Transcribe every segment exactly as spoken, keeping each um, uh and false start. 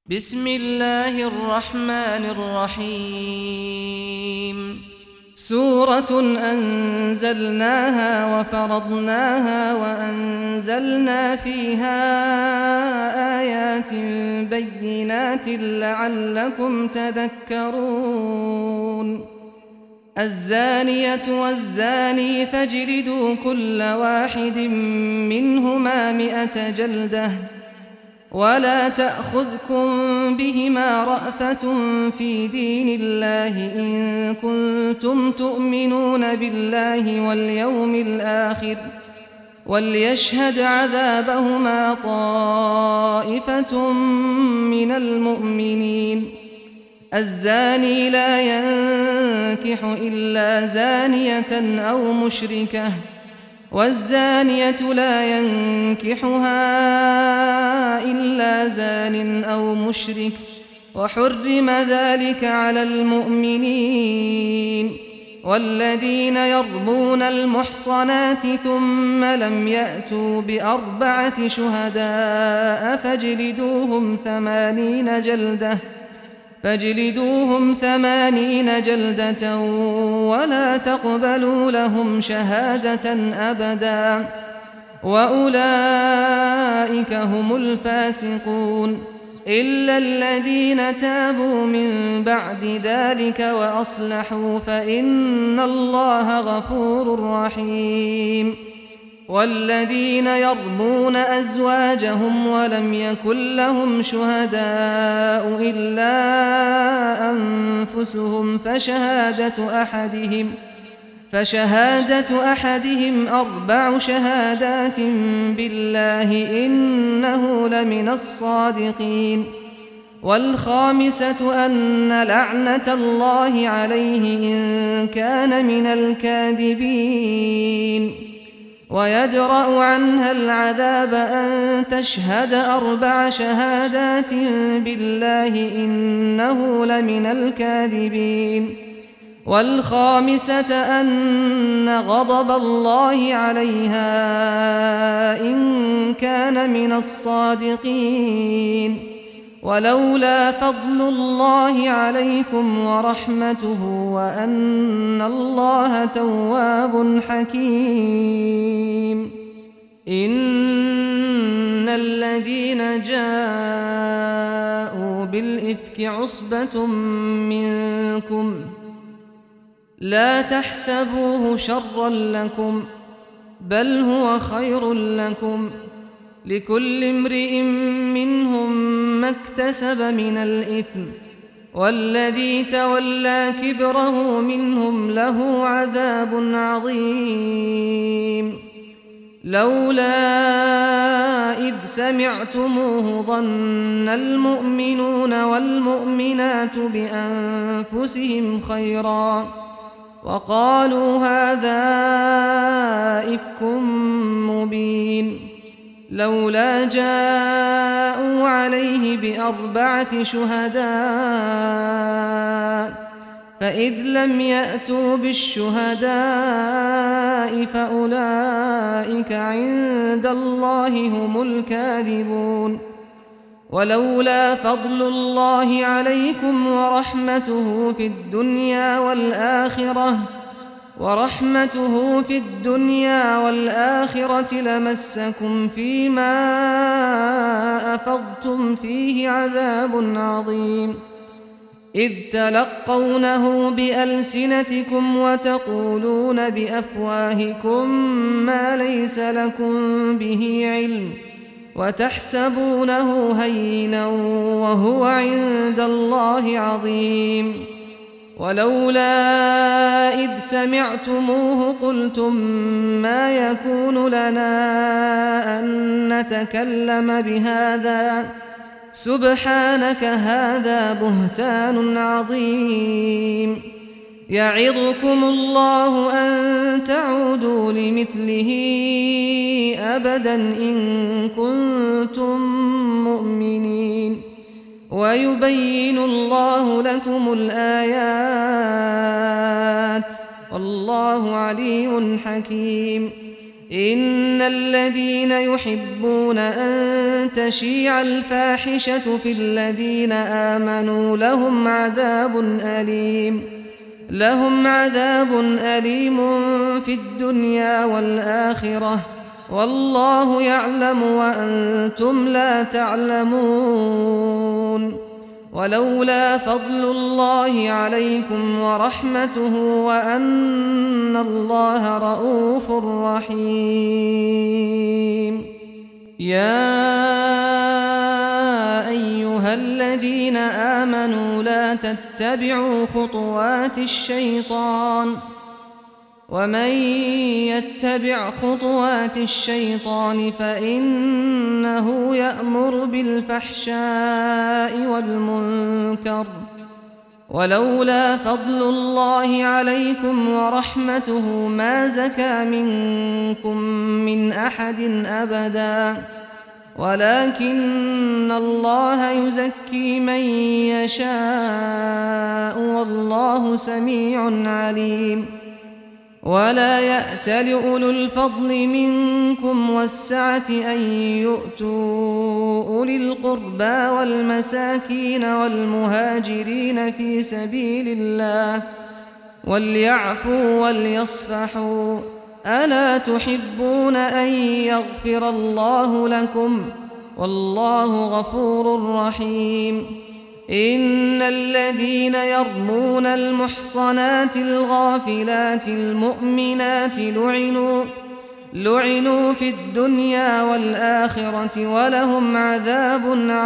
بسم الله الرحمن الرحيم سورة أنزلناها وفرضناها وأنزلنا فيها آيات بينات لعلكم تذكرون الزانية والزاني فاجلدوا كل واحد منهما مئة جلدة ولا تأخذكم بهما رأفة في دين الله إن كنتم تؤمنون بالله واليوم الآخر وليشهد عذابهما طائفة من المؤمنين الزاني لا ينكح إلا زانية أو مشركة والزانية لا ينكحها إلا زان أو مشرك وحرم ذلك على المؤمنين والذين يرمون المحصنات ثم لم يأتوا بأربعة شهداء فاجلدوهم ثمانين جلدة فاجلدوهم ثمانين جلدة ولا تقبلوا لهم شهادة أبدا وأولئك هم الفاسقون إلا الذين تابوا من بعد ذلك وأصلحوا فإن الله غفور رحيم والذين يرمون أزواجهم ولم يكن لهم شهداء إلا أنفسهم فشهادة أحدهم فشهادة أحدهم أربع شهادات بالله إنه لمن الصادقين والخامسة أن لعنة الله عليه إن كان من الكاذبين ويدرأ عنها العذاب أن تشهد أربع شهادات بالله إنه لمن الكاذبين والخامسة أن غضب الله عليها إن كان من الصادقين ولولا فضل الله عليكم ورحمته وأن الله تواب حكيم إن الذين جاءوا بالإفك عصبة منكم لا تحسبوه شرا لكم بل هو خير لكم لكل امرئ منهم ما اكتسب من الإثم والذي تولى كبره منهم له عذاب عظيم لولا إذ سمعتموه ظن المؤمنون والمؤمنات بأنفسهم خيرا وقالوا هذا إفك مبين لولا جاءوا عليه بأربعة شهداء فإذ لم يأتوا بالشهداء فأولئك عند الله هم الكاذبون ولولا فضل الله عليكم ورحمته في الدنيا والآخرة ورحمته في الدنيا والآخرة لمسكم فيما أفضتم فيه عذاب عظيم إذ تلقونه بألسنتكم وتقولون بأفواهكم ما ليس لكم به علم وتحسبونه هينا وهو عند الله عظيم ولولا إذ سمعتموه قلتم ما يكون لنا أن نتكلم بهذا سبحانك هذا بهتان عظيم يعظكم الله أن تعودوا لمثله أبدا إن كنتم مؤمنين ويبين الله لكم الآيات والله عليم حكيم إن الذين يحبون أن تشيع الفاحشة في الذين آمنوا لهم عذاب أليم لهم عذاب أليم في الدنيا والآخرة والله يعلم وأنتم لا تعلمون ولولا فضل الله عليكم ورحمته وأن الله رؤوف رحيم يا أيها الذين آمنوا لا تتبعوا خطوات الشيطان ومن يتبع خطوات الشيطان فإنه يأمر بالفحشاء والمنكر ولولا فضل الله عليكم ورحمته ما زكى منكم من أحد أبدا ولكن الله يزكي من يشاء والله سميع عليم ولا يأتل أولو الفضل منكم والسعة أن يؤتوا أولي القربى والمساكين والمهاجرين في سبيل الله وليعفوا وليصفحوا ألا تحبون أن يغفر الله لكم والله غفور رحيم إن الذين يرمون المحصنات الغافلات المؤمنات لعنوا لعنوا في الدنيا والآخرة ولهم عذاب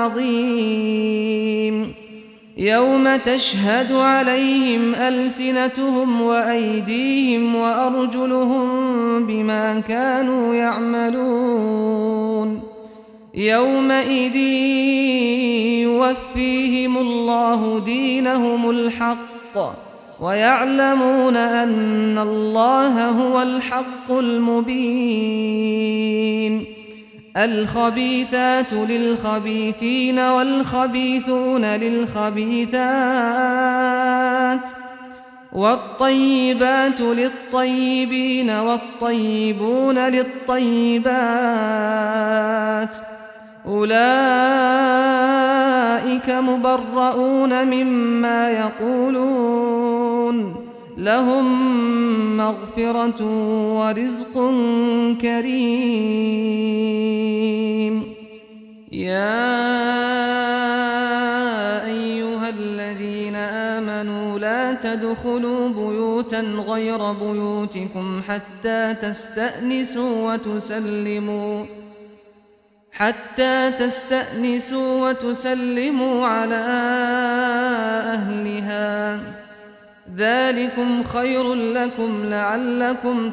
عظيم يوم تشهد عليهم ألسنتهم وأيديهم وأرجلهم بما كانوا يعملون يومئذ يوفيهم الله دينهم الحق ويعلمون أن الله هو الحق المبين الخبيثات للخبيثين والخبيثون للخبيثات والطيبات للطيبين والطيبون للطيبات أولئك مبرؤون مما يقولون لهم مغفرة ورزق كريم يا أيها الذين آمنوا لا تدخلوا بيوتا غير بيوتكم حتى تستأنسوا وتسلموا حتى تستأنسوا وتسلموا على أهلها ذلكم خير لكم لعلكم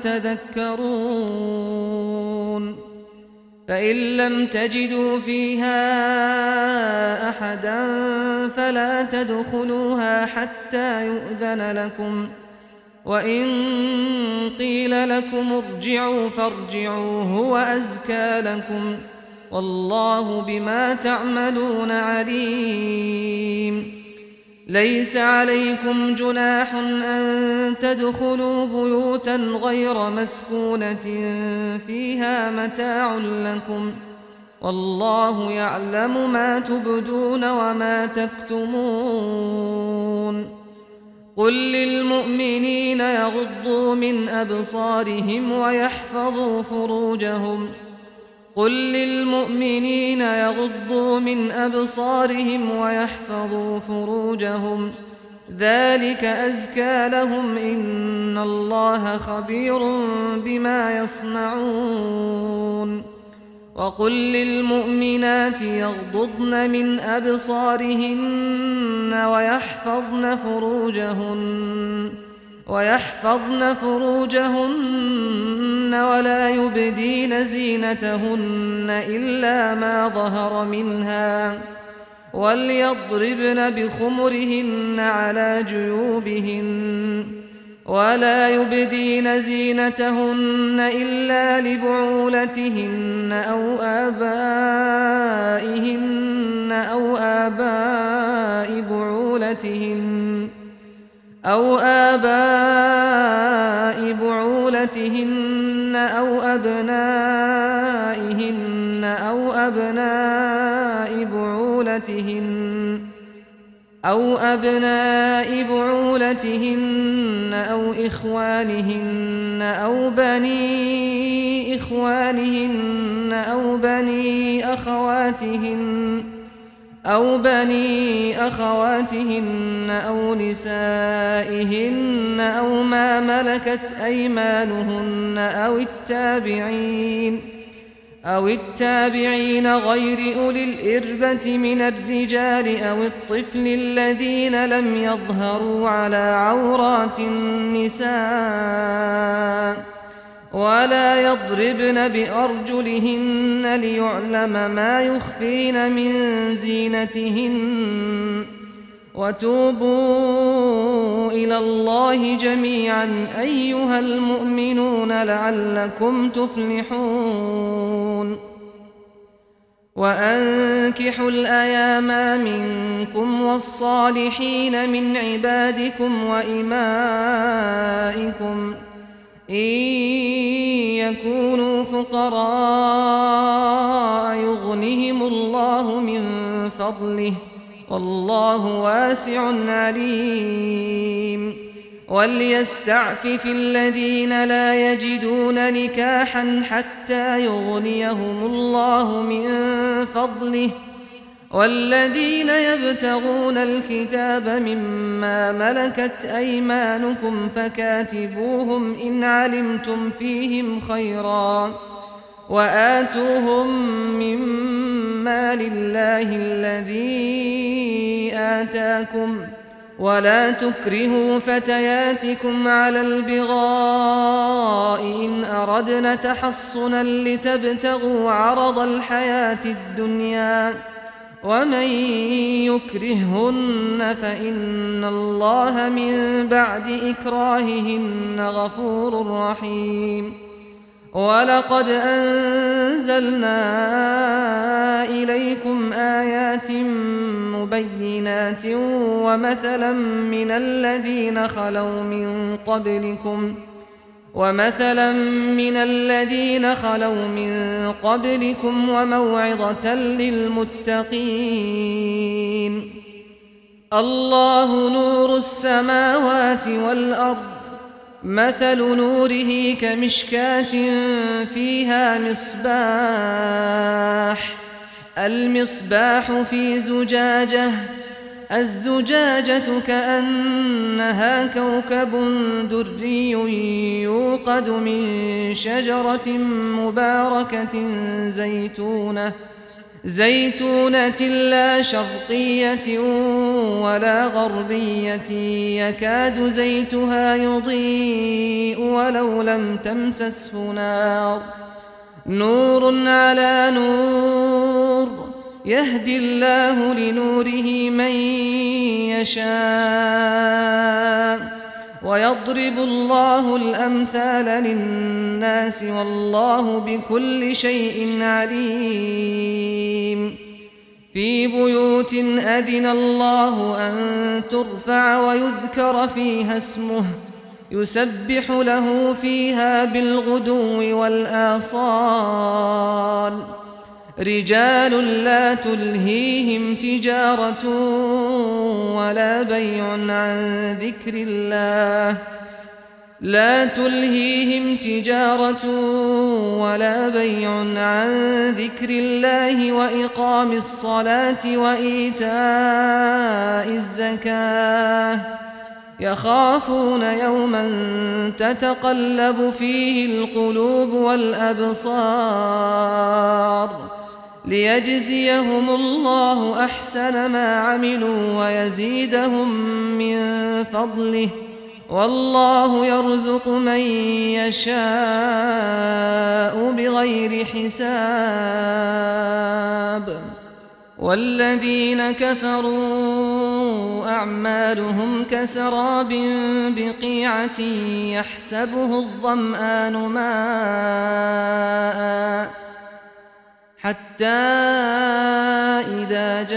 تذكرون فإن لم تجدوا فيها أحدا فلا تدخلوها حتى يؤذن لكم وإن قيل لكم ارجعوا فارجعوا هو أزكى لكم والله بما تعملون عليم ليس عليكم جناح أن تدخلوا بيوتا غير مسكونة فيها متاع لكم والله يعلم ما تبدون وما تكتمون قل للمؤمنين يغضوا من أبصارهم ويحفظوا فروجهم قل للمؤمنين يغضوا من أبصارهم ويحفظوا فروجهم ذلك أزكى لهم إن الله خبير بما يصنعون وقل للمؤمنات يغضضن من أبصارهن ويحفظن فروجهن ويحفظن فروجهن ولا يبدين زينتهن إلا ما ظهر منها وليضربن بخمرهن على جيوبهن ولا يبدين زينتهن إلا لبعولتهن أو آبائهن أو آباء بعولتهن أو آباء بعولتهن أو أبنائهن أو أبناء بعولتهن أو أبناء بعولتهن أو إخوانهن أو بني إخوانهن أو بني أخواتهن أو بني أخواتهن أو نسائهن أو ما ملكت أيمانهن أو التابعين أو التابعين غير أولي الإربة من الرجال أو الطفل الذين لم يظهروا على عورات النساء ولا يضربن بأرجلهن ليعلم ما يخفين من زينتهن وتوبوا إلى الله جميعا أيها المؤمنون لعلكم تفلحون وأنكحوا الأيام منكم والصالحين من عبادكم وإمائكم إن يكونوا فقراء يغنهم الله من فضله والله واسع عليم وليستعفف الذين لا يجدون نكاحا حتى يغنيهم الله من فضله والذين يبتغون الكتاب مما ملكت أيمانكم فكاتبوهم إن علمتم فيهم خيرا وآتوهم مما لله الذي آتاكم ولا تكرهوا فتياتكم على البغاء إن أردنا تحصنا لتبتغوا عرض الحياة الدنيا ومن يكرههن فإن الله من بعد إكراههن غفور رحيم ولقد أنزلنا إليكم آيات مبينات ومثلا من الذين خلوا من قبلكم ومثلا من الذين خلوا من قبلكم وموعظة للمتقين الله نور السماوات والأرض مثل نوره كمشكاة فيها مصباح المصباح في زجاجة الزجاجة كأنها كوكب دري يوقد من شجرة مباركة زيتونة زيتونة لا شرقية ولا غربية يكاد زيتها يضيء ولو لم تمسسه نار نور على نور يهدي الله لنوره من يشاء ويضرب الله الأمثال للناس والله بكل شيء عليم في بيوت أذن الله أن ترفع ويذكر فيها اسمه يسبح له فيها بالغدو والآصال رجال لا تلهيهم تجارة ولا بيع عن ذكر الله لا تلهيهم تجارة ولا بيع عن ذكر الله وإقام الصلاة وإيتاء الزكاة يخافون يوما تتقلب فيه القلوب والأبصار ليجزيهم الله أحسن ما عملوا ويزيدهم من فضله والله يرزق من يشاء بغير حساب والذين كفروا أعمالهم كسراب بقيعة يحسبه الظمآن ماء حتى إذا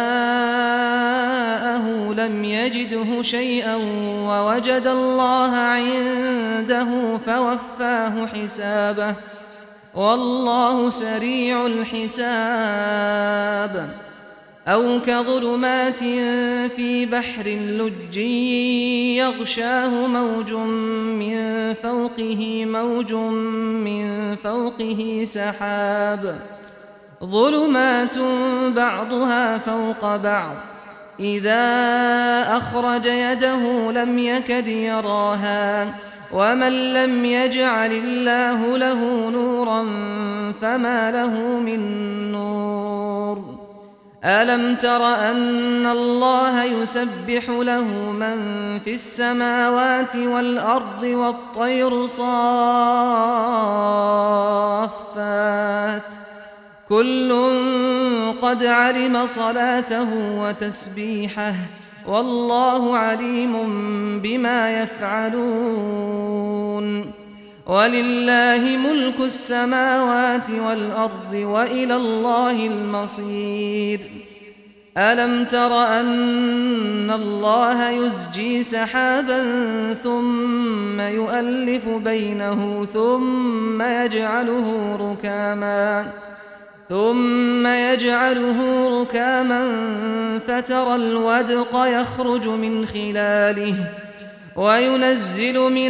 جاءه لم يجده شيئا ووجد الله عنده فوفاه حسابه والله سريع الحساب أو كظلمات في بحر لجي يغشاه موج من فوقه موج من فوقه سحاب ظلمات بعضها فوق بعض إذا أخرج يده لم يكد يراها ومن لم يجعل الله له نورا فما له من نور ألم تر أن الله يسبح له من في السماوات والأرض والطير صافات كل قد علم صلاته وتسبيحه والله عليم بما يفعلون ولله ملك السماوات والأرض وإلى الله المصير ألم تر أن الله يزجي سحابا ثم يؤلف بينه ثم يجعله ركاما ثم يجعله ركاما فترى الودق يخرج من خلاله وينزل من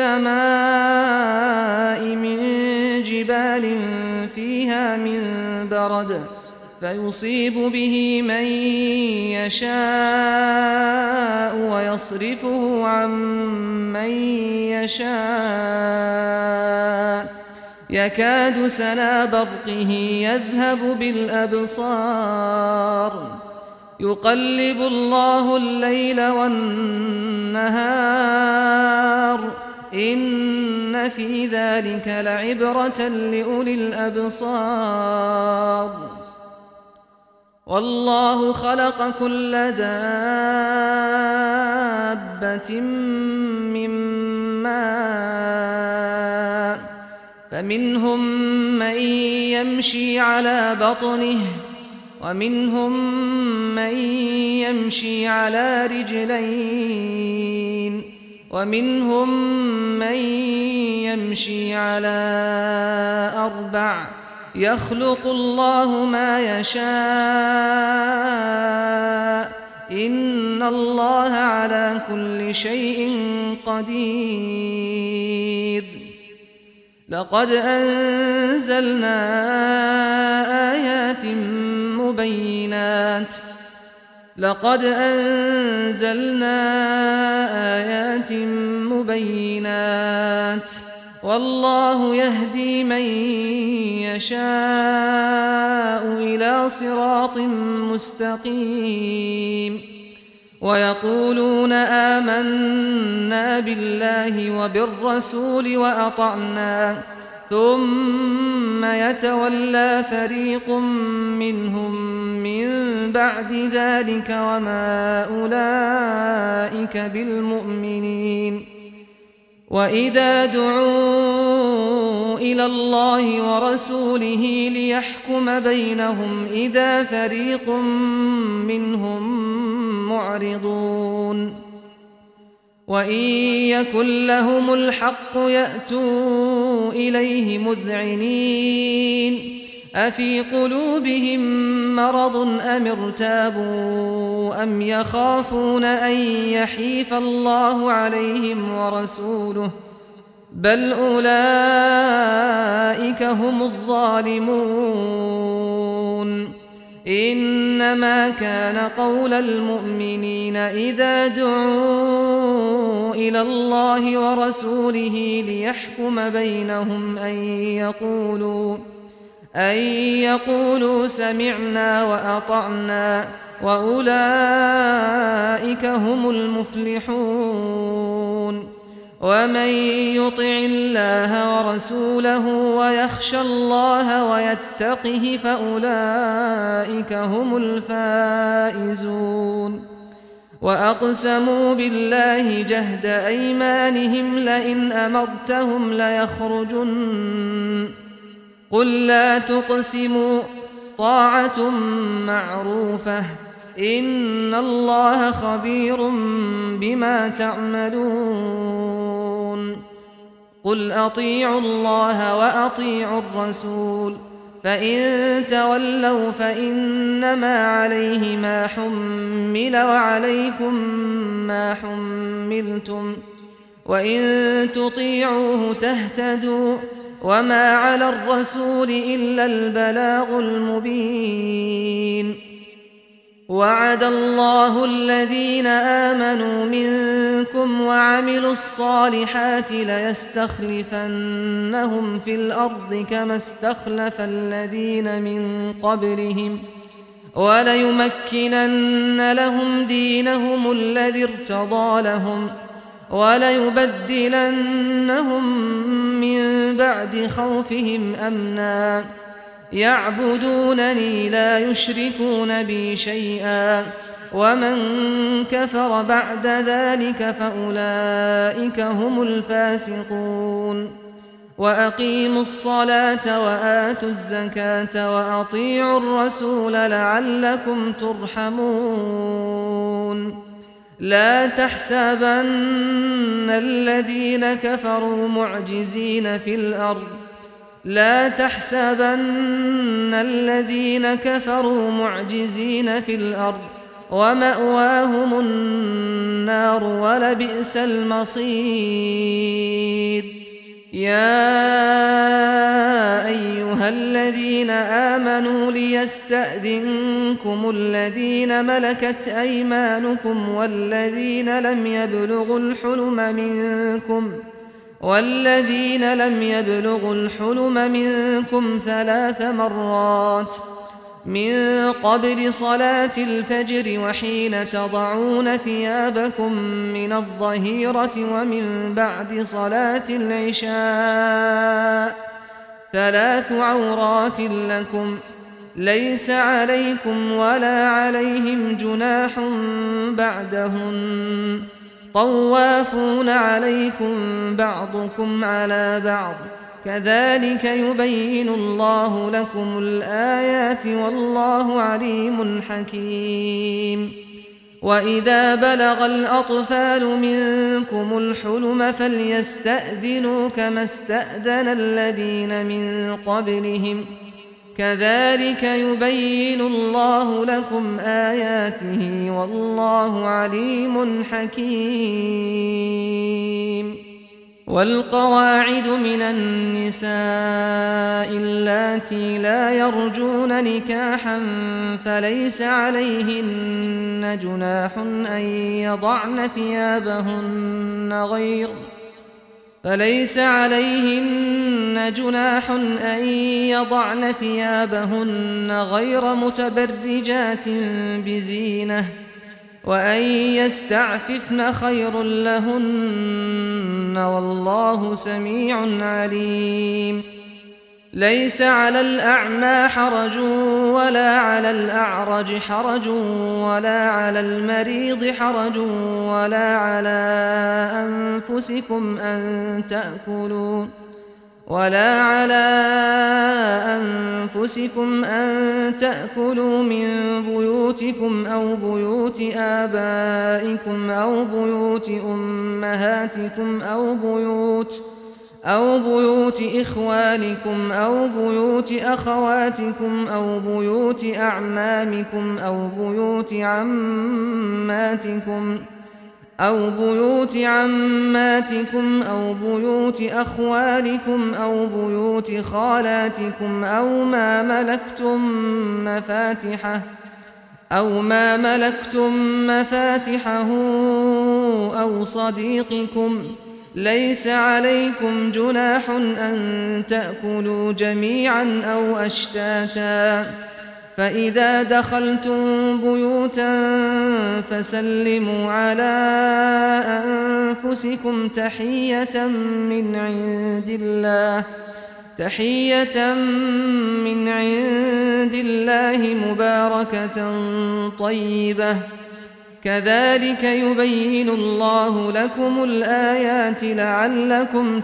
السماء من جبال فيها من برد فيصيب به من يشاء ويصرفه عن من يشاء يكاد سنا برقه يذهب بالأبصار يقلب الله الليل والنهار إن في ذلك لعبرة لأولي الأبصار والله خلق كل دابة من ماء فمنهم من يمشي على بطنه ومنهم من يمشي على رجلين ومنهم من يمشي على أربع يخلق الله ما يشاء إن الله على كل شيء قدير لقد أنزلنا آيات مبينات لقد أنزلنا آيات مبينات والله يهدي من يشاء إلى صراط مستقيم ويقولون آمنا بالله وبالرسول وأطعنا ثم يتولى فريق منهم من بعد ذلك وما أولئك بالمؤمنين وإذا دعوا إلى الله ورسوله ليحكم بينهم إذا فريق منهم معرضون وإن يكن لهم الحق يأتوا إليه مذعنين أفي قلوبهم مرض أم ارتابوا أم يخافون أن يحيف الله عليهم ورسوله بل أولئك هم الظالمون إنما كان قول المؤمنين إذا دعوا إلى الله ورسوله ليحكم بينهم أن يقولوا أن يقولوا سمعنا وأطعنا وأولئك هم المفلحون ومن يطع الله ورسوله ويخشى الله ويتقه فأولئك هم الفائزون وأقسموا بالله جهد أيمانهم لئن أمرتهم ليخرجن قل لا تقسموا طاعة معروفة إن الله خبير بما تعملون قل أطيعوا الله وأطيعوا الرسول فإن تولوا فإنما عليه ما حمل وعليكم ما حملتم وإن تطيعوه تهتدوا وما على الرسول إلا البلاغ المبين. وعد الله الذين آمنوا منكم وعملوا الصالحات ليستخلفنهم في الأرض كما استخلف الذين من قبلهم وليمكنن لهم دينهم الذي ارتضى لهم وليبدلنهم من بعد خوفهم أمنا يعبدونني لا يشركون بي شيئا ومن كفر بعد ذلك فأولئك هم الفاسقون. وأقيموا الصلاة وآتوا الزكاة وأطيعوا الرسول لعلكم ترحمون. لا تحسبن الذين كفروا معجزين في الأرض لا تحسبن الذين كفروا معجزين في الأرض ومأواهم النار ولبئس المصير. يا أيها الذين آمنوا ليستأذنكم الذين ملكت أيمانكم والذين لم يبلغوا الحلم منكم والذين لم يبلغوا الحلم منكم ثلاث مرات من قبل صلاة الفجر وحين تضعون ثيابكم من الظهيرة ومن بعد صلاة العشاء ثلاث عورات لكم ليس عليكم ولا عليهم جناح بعدهن طوافون عليكم بعضكم على بعض كذلك يبين الله لكم الآيات والله عليم حكيم. وإذا بلغ الأطفال منكم الحلم فليستأذنوا كما استأذن الذين من قبلهم كذلك يبين الله لكم آياته والله عليم حكيم. والقواعد من النساء اللاتي لا يرجون نكاحا فليس عليهن جناح أن يضعن ثيابهن غير فليس عليهن جناح أن يضعن ثيابهن غير متبرجات بزينة وأن يستعففن خير لهن والله سميع عليم. ليس على الأعمى حرج ولا على الأعرج حرج ولا على المريض حرج ولا على أنفسكم أن تأكلوا ولا على أنفسكم أن تأكلوا من بيوتكم أو بيوت آبائكم أو بيوت أمهاتكم أو بيوت أو بيوت إخوانكم أو بيوت أخواتكم أو بيوت أعمامكم أو بيوت عماتكم أو بيوت عماتكم أو بيوت أخوالكم أو بيوت خالاتكم أو ما ملكتم مفاتحه أو ما ملكتم مفاتحه أو صديقكم ليس عليكم جناح أن تأكلوا جميعا أو أشتاتا فإذا دخلتم بيوتا فسلموا على أنفسكم تحية من عند الله تحية من عند الله مباركة طيبة كذلك يبين الله لكم الآيات لعلكم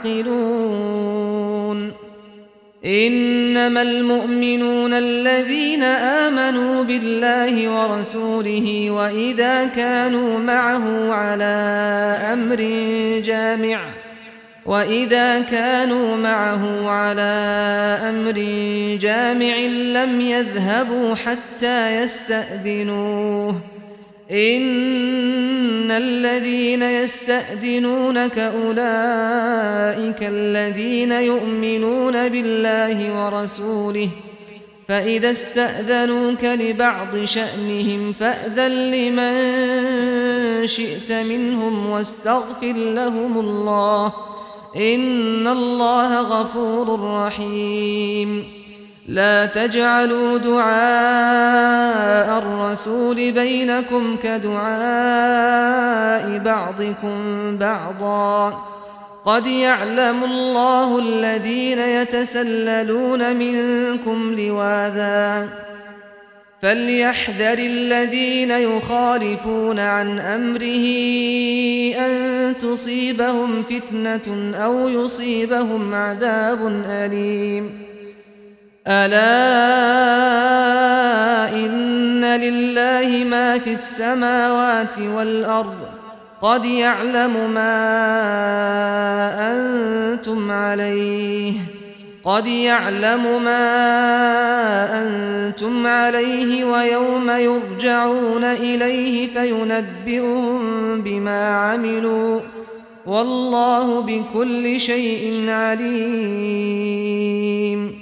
تعقلون. إنما المؤمنون الذين آمنوا بالله ورسوله وإذا كانوا معه على أمر جامع وإذا كانوا معه على أمر جامع لم يذهبوا حتى يستأذنوه إن الذين يستأذنونك أولئك الذين يؤمنون بالله ورسوله فإذا استأذنوك لبعض شأنهم فأذن لمن شئت منهم واستغفر لهم الله إن الله غفور رحيم لا تجعلوا دعاء الرسول بينكم كدعاء بعضكم بعضا قد يعلم الله الذين يتسللون منكم لواذا فليحذر الذين يخالفون عن أمره أن تصيبهم فتنة أو يصيبهم عذاب أليم ألا إن لله ما في السماوات والأرض قد يعلم ما أنتم عليه قد يعلم ما أنتم عليه ويوم يرجعون إليه فينبئهم بما عملوا والله بكل شيء عليم